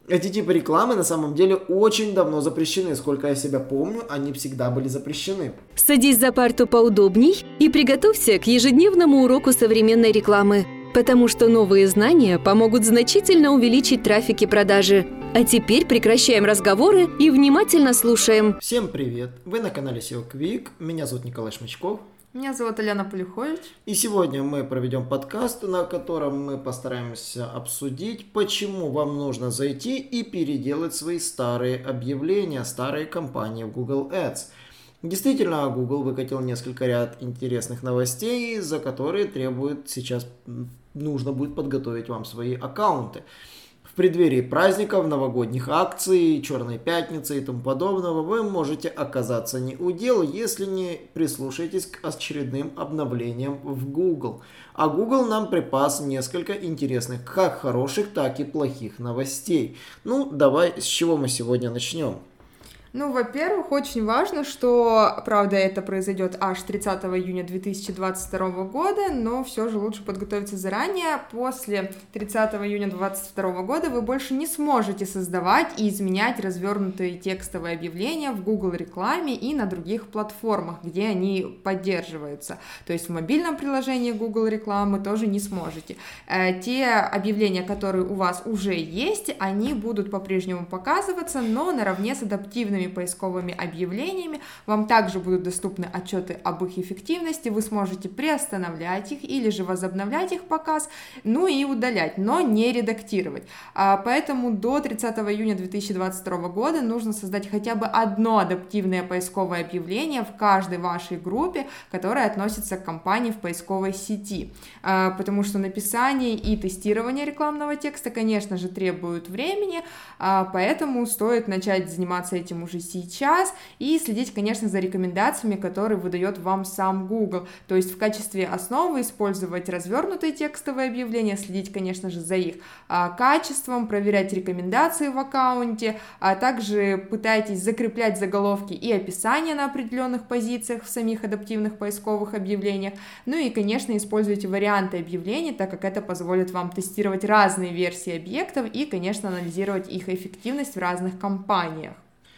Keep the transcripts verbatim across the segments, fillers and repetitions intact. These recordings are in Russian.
Эти типы рекламы на самом деле очень давно запрещены. Сколько я себя помню, они всегда были запрещены. Садись за парту поудобней и приготовься к ежедневному уроку современной рекламы, потому что новые знания помогут значительно увеличить трафик и продажи. А теперь прекращаем разговоры и внимательно слушаем. Всем привет! Вы на канале эс и о Quick. Меня зовут Николай Шмычков. Меня зовут Алена Полюхович. И сегодня мы проведем подкаст, на котором мы постараемся обсудить, почему вам нужно зайти и переделать свои старые объявления, старые кампании в Google Ads. Действительно, Google выкатил несколько ряд интересных новостей, за которые требует сейчас, нужно будет подготовить вам свои аккаунты. В преддверии праздников, новогодних акций, Черной пятницы и тому подобного вы можете оказаться не у дел, если не прислушаетесь к очередным обновлениям в Google. А Google нам припас несколько интересных, как хороших, так и плохих новостей. Ну, давай, с чего мы сегодня начнем? Ну, во-первых, очень важно, что, правда, это произойдет аж тридцатого июня две тысячи двадцать второго года, но все же лучше подготовиться заранее. После тридцатого июня две тысячи двадцать второго года вы больше не сможете создавать и изменять развернутые текстовые объявления в Google рекламе и на других платформах, где они поддерживаются. То есть в мобильном приложении Google рекламы тоже не сможете. Те объявления, которые у вас уже есть, они будут по-прежнему показываться, но наравне с адаптивными поисковыми объявлениями вам также будут доступны отчеты об их эффективности, вы сможете приостанавливать их или же возобновлять их показ, ну и удалять, но не редактировать. А, поэтому до тридцатого июня две тысячи двадцать второго года нужно создать хотя бы одно адаптивное поисковое объявление в каждой вашей группе, которая относится к кампании в поисковой сети, а, потому что написание и тестирование рекламного текста, конечно же, требуют времени, а, поэтому стоит начать заниматься этим уже сейчас и следить, конечно, за рекомендациями, которые выдает вам сам Google. То есть в качестве основы использовать развернутые текстовые объявления, следить, конечно же, за их а, качеством, проверять рекомендации в аккаунте, а также пытайтесь закреплять заголовки и описания на определенных позициях в самих адаптивных поисковых объявлениях. Ну и, конечно, используйте варианты объявлений, так как это позволит вам тестировать разные версии объектов и, конечно, анализировать их эффективность в разных кампаниях.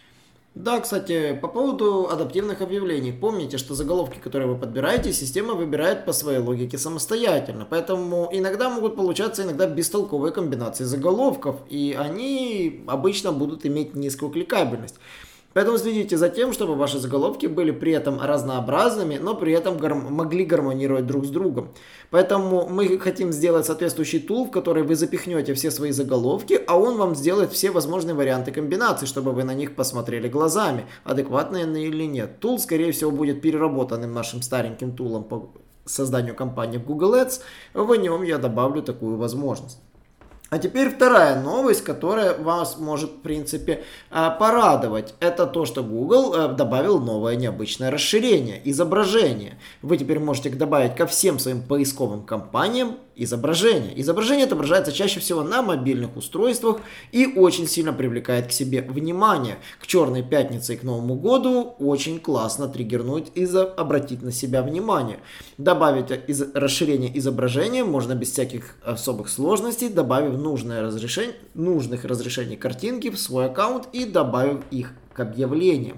Да, кстати, по поводу адаптивных объявлений. Помните, что заголовки, которые вы подбираете, система выбирает по своей логике самостоятельно. Поэтому иногда могут получаться иногда бестолковые комбинации заголовков, и они обычно будут иметь низкую кликабельность. Поэтому следите за тем, чтобы ваши заголовки были при этом разнообразными, но при этом гарм- могли гармонировать друг с другом. Поэтому мы хотим сделать соответствующий тул, в который вы запихнете все свои заголовки, а он вам сделает все возможные варианты комбинаций, чтобы вы на них посмотрели глазами, адекватные они или нет. Тул, скорее всего, будет переработанным нашим стареньким тулом по созданию кампании в Google Ads. В нем я добавлю такую возможность. А теперь вторая новость, которая вас может, в принципе, порадовать. Это то, что Google добавил новое необычное расширение – изображение. Вы теперь можете добавить ко всем своим поисковым кампаниям изображение. Изображение отображается чаще всего на мобильных устройствах и очень сильно привлекает к себе внимание. К Черной пятнице и к Новому году очень классно триггернуть и обратить на себя внимание. Добавить из расширение изображения можно без всяких особых сложностей, добавив нужное разрешение, нужных разрешений картинки в свой аккаунт и добавив их к объявлениям.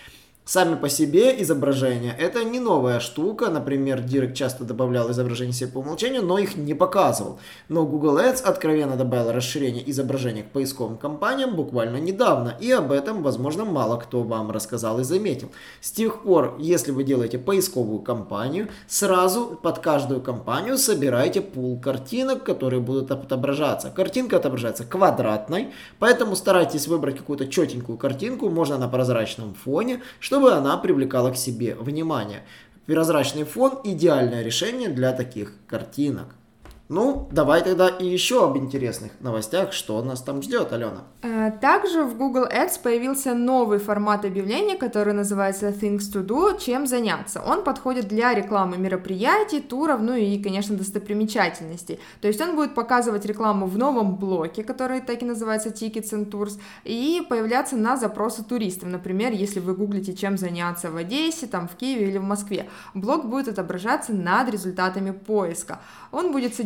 Сами по себе изображения – это не новая штука. Например, Директ часто добавлял изображения себе по умолчанию, но их не показывал. Но Google Ads откровенно добавил расширение изображения к поисковым кампаниям буквально недавно. И об этом, возможно, мало кто вам рассказал и заметил. С тех пор, если вы делаете поисковую кампанию, сразу под каждую кампанию собирайте пул картинок, которые будут отображаться. Картинка отображается квадратной, поэтому старайтесь выбрать какую-то четенькую картинку, можно на прозрачном фоне, чтобы чтобы она привлекала к себе внимание. Прозрачный фон – идеальное решение для таких картинок. Ну, давай тогда и еще об интересных новостях, что нас там ждет, Алена. Также в Google Ads появился новый формат объявления, который называется Things to Do, чем заняться. Он подходит для рекламы мероприятий, туров, ну и, конечно, достопримечательностей. То есть он будет показывать рекламу в новом блоке, который так и называется Tickets and Tours, и появляться на запросы туристов. Например, если вы гуглите, чем заняться в Одессе, там, в Киеве или в Москве, блок будет отображаться над результатами поиска. Он будет содержать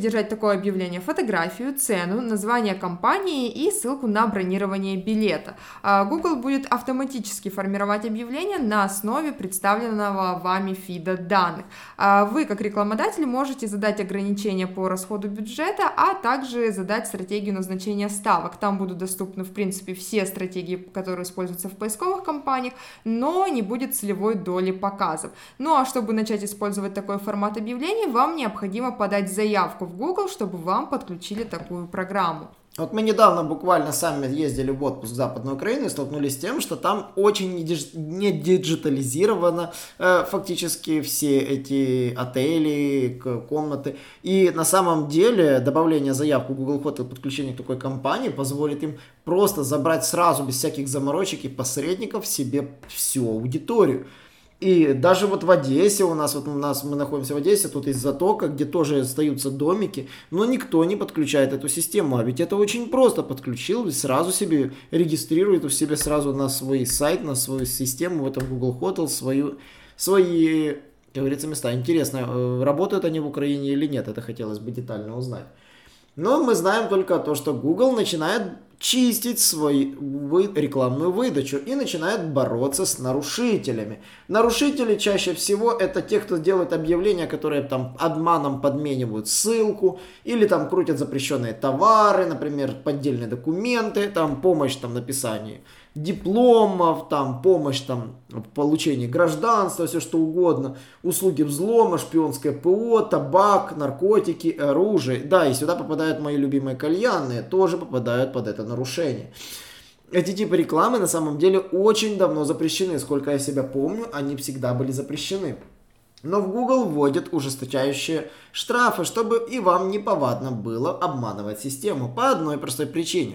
содержать такое объявление: фотографию, цену, название компании и ссылку на бронирование билета. Google будет автоматически формировать объявление на основе представленного вами фида данных. Вы, как рекламодатель, можете задать ограничения по расходу бюджета, а также задать стратегию назначения ставок. Там будут доступны, в принципе, все стратегии, которые используются в поисковых компаниях, но не будет целевой доли показов. Ну а чтобы начать использовать такой формат объявлений, вам необходимо подать заявку в Google, чтобы вам подключили такую программу. Вот мы недавно буквально сами ездили в отпуск в Западную Украину и столкнулись с тем, что там очень не диджитализировано э, фактически все эти отели, комнаты. И на самом деле добавление заявки в Google Hotel, подключение к такой компании позволит им просто забрать сразу, без всяких заморочек и посредников, себе всю аудиторию. И даже вот в Одессе у нас, вот у нас мы находимся в Одессе, тут есть Затока, где тоже остаются домики, но никто не подключает эту систему, а ведь это очень просто: подключил и сразу себе регистрирует у себя сразу на свой сайт, на свою систему, в этом Google Hotel, свою, свои, как говорится, места. Интересно, работают они в Украине или нет, это хотелось бы детально узнать. Но мы знаем только то, что Google начинает чистить свою вы, рекламную выдачу и начинает бороться с нарушителями. Нарушители чаще всего это те, кто делает объявления, которые там обманом подменивают ссылку, или там крутят запрещенные товары, например, поддельные документы, там помощь там, в написании дипломов, там помощь там, в получении гражданства, все что угодно, услуги взлома, шпионское ПО, табак, наркотики, оружие. Да, и сюда попадают мои любимые кальянные, тоже попадают под это нарушение. Эти типы рекламы на самом деле очень давно запрещены. Сколько я себя помню, они всегда были запрещены. Но в Google вводят ужесточающие штрафы, чтобы и вам неповадно было обманывать систему. По одной простой причине.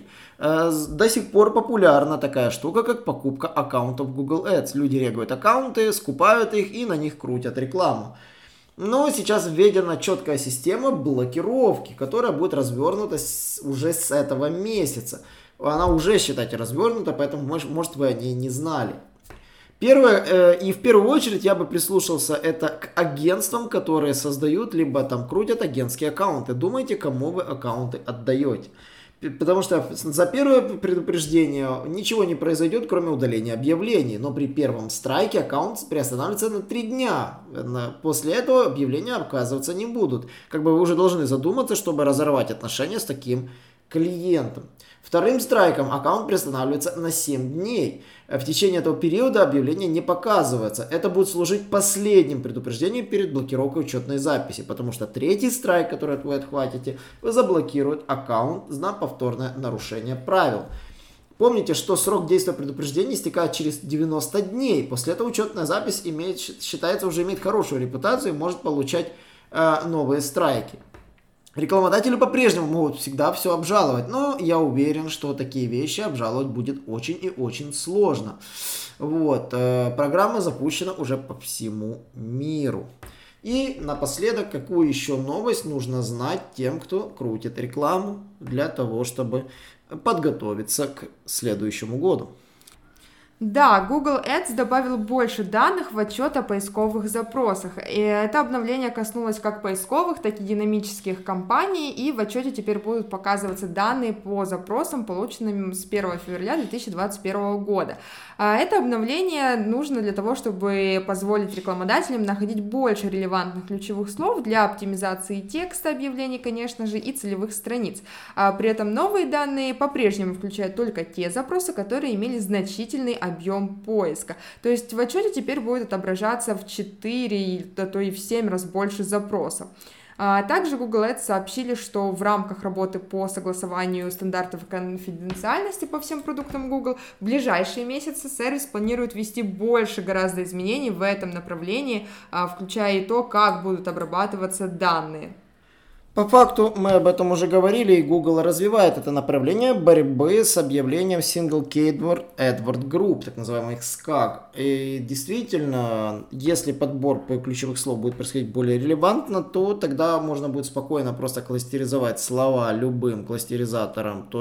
До сих пор популярна такая штука, как покупка аккаунтов Google Ads. Люди регают аккаунты, скупают их и на них крутят рекламу. Но сейчас введена четкая система блокировки, которая будет развернута уже с этого месяца. Она уже, считайте, развернута, поэтому, может, вы о ней не знали. Первое, э, и в первую очередь я бы прислушался это к агентствам, которые создают, либо там крутят агентские аккаунты. Думайте, кому вы аккаунты отдаете. Потому что за первое предупреждение ничего не произойдет, кроме удаления объявлений. Но при первом страйке аккаунт приостанавливается на три дня. После этого объявления оказываться не будут. Как бы вы уже должны задуматься, чтобы разорвать отношения с таким клиентом. Вторым страйком аккаунт приостанавливается на семь дней. В течение этого периода объявление не показывается. Это будет служить последним предупреждением перед блокировкой учетной записи, потому что третий страйк, который вы отхватите, заблокирует аккаунт за повторное нарушение правил. Помните, что срок действия предупреждения истекает через девяносто дней. После этого учетная запись имеет, считается, уже имеет хорошую репутацию и может получать э, новые страйки. Рекламодатели по-прежнему могут всегда все обжаловать, но я уверен, что такие вещи обжаловать будет очень и очень сложно. Вот, э, программа запущена уже по всему миру. И напоследок, какую еще новость нужно знать тем, кто крутит рекламу, для того, чтобы подготовиться к следующему году. Да, Google Ads добавил больше данных в отчет о поисковых запросах. И это обновление коснулось как поисковых, так и динамических кампаний, и в отчете теперь будут показываться данные по запросам, полученным с первого февраля две тысячи двадцать первого года. Это обновление нужно для того, чтобы позволить рекламодателям находить больше релевантных ключевых слов для оптимизации текста объявлений, конечно же, и целевых страниц. При этом новые данные по-прежнему включают только те запросы, которые имели значительный объем поиска. То есть в отчете теперь будет отображаться в четыре, а то и в семь раз больше запросов. А также Google Ads сообщили, что в рамках работы по согласованию стандартов конфиденциальности по всем продуктам Google в ближайшие месяцы сервис планирует ввести больше гораздо изменений в этом направлении, включая и то, как будут обрабатываться данные. По факту мы об этом уже говорили, и Google развивает это направление борьбы с объявлением Single Keyword AdWord Group, так называемый эс си эй джи. И действительно, если подбор ключевых слов будет происходить более релевантно, то тогда можно будет спокойно просто кластеризовать слова любым кластеризатором, тот же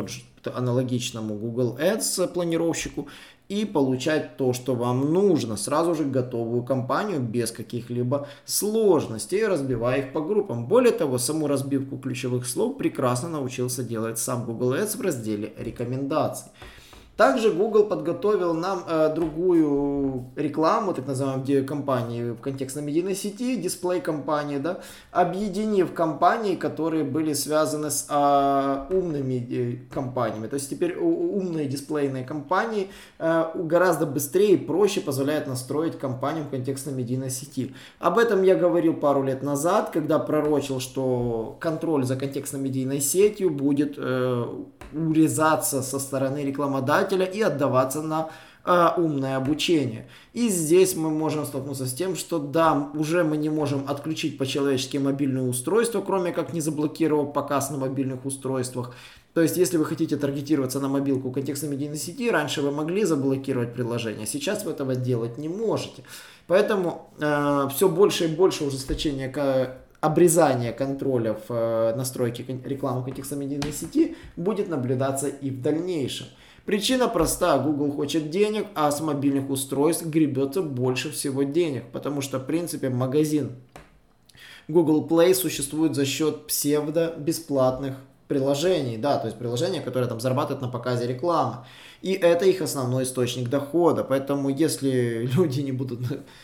аналогичному Google Ads планировщику и получать то, что вам нужно, сразу же готовую кампанию без каких-либо сложностей, разбивая их по группам. Более того, саму разбивку ключевых слов прекрасно научился делать сам Google Ads в разделе рекомендаций. Также Google подготовил нам э, другую рекламу, так называемую компании в контекстно-медийной сети, дисплей-компании, да, объединив компании, которые были связаны с э, умными э, компаниями. То есть теперь умные дисплейные компании э, гораздо быстрее и проще позволяют настроить компанию в контекстно-медийной сети. Об этом я говорил пару лет назад, когда пророчил, что контроль за контекстно-медийной сетью будет э, урезаться со стороны рекламодателя и отдаваться на э, умное обучение. И здесь мы можем столкнуться с тем, что да, уже мы не можем отключить по-человечески мобильное устройство, кроме как не заблокировав показ на мобильных устройствах. То есть, если вы хотите таргетироваться на мобилку контекстно-медийной сети, раньше вы могли заблокировать приложение, сейчас вы этого делать не можете. Поэтому э, все больше и больше ужесточения к обрезание контроля в э, настройке рекламы контекстно-медийной сети будет наблюдаться и в дальнейшем. Причина проста. Google хочет денег, а с мобильных устройств гребется больше всего денег. Потому что, в принципе, магазин Google Play существует за счет псевдо-бесплатных приложений. Да, то есть приложения, которые там зарабатывают на показе рекламы. И это их основной источник дохода. Поэтому, если люди не будут...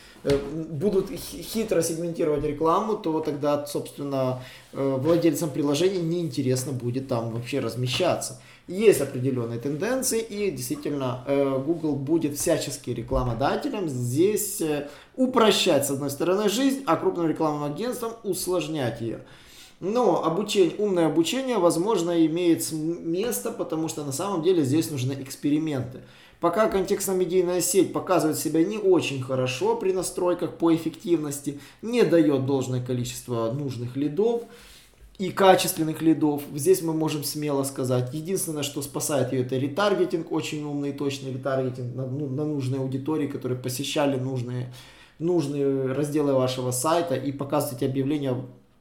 будут хитро сегментировать рекламу, то тогда, собственно, владельцам приложений неинтересно будет там вообще размещаться. Есть определенные тенденции, и действительно Google будет всячески рекламодателем здесь упрощать, с одной стороны, жизнь, а крупным рекламным агентствам усложнять ее. Но обучение, умное обучение, возможно, имеет место, потому что на самом деле здесь нужны эксперименты. Пока контекстно-медийная сеть показывает себя не очень хорошо при настройках по эффективности, не дает должное количество нужных лидов и качественных лидов, здесь мы можем смело сказать, единственное, что спасает ее, это ретаргетинг, очень умный и точный ретаргетинг на, на нужные аудитории, которые посещали нужные, нужные разделы вашего сайта и показывать объявления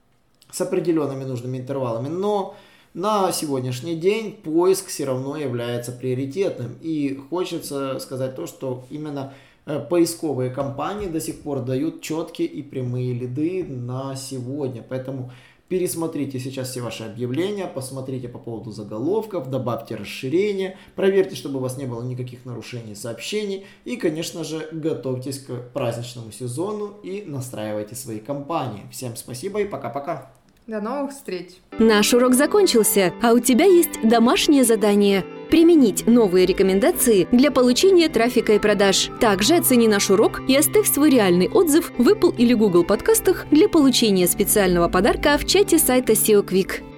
с определенными нужными интервалами. Но на сегодняшний день поиск все равно является приоритетным. И хочется сказать то, что именно поисковые компании до сих пор дают четкие и прямые лиды на сегодня. Поэтому пересмотрите сейчас все ваши объявления, посмотрите по поводу заголовков, добавьте расширение, проверьте, чтобы у вас не было никаких нарушений сообщений. И, конечно же, готовьтесь к праздничному сезону и настраивайте свои кампании. Всем спасибо и пока-пока. До новых встреч! Наш урок закончился, а у тебя есть домашнее задание – применить новые рекомендации для получения трафика и продаж. Также оцени наш урок и оставь свой реальный отзыв в Apple или Google подкастах для получения специального подарка в чате сайта эс и о Quick.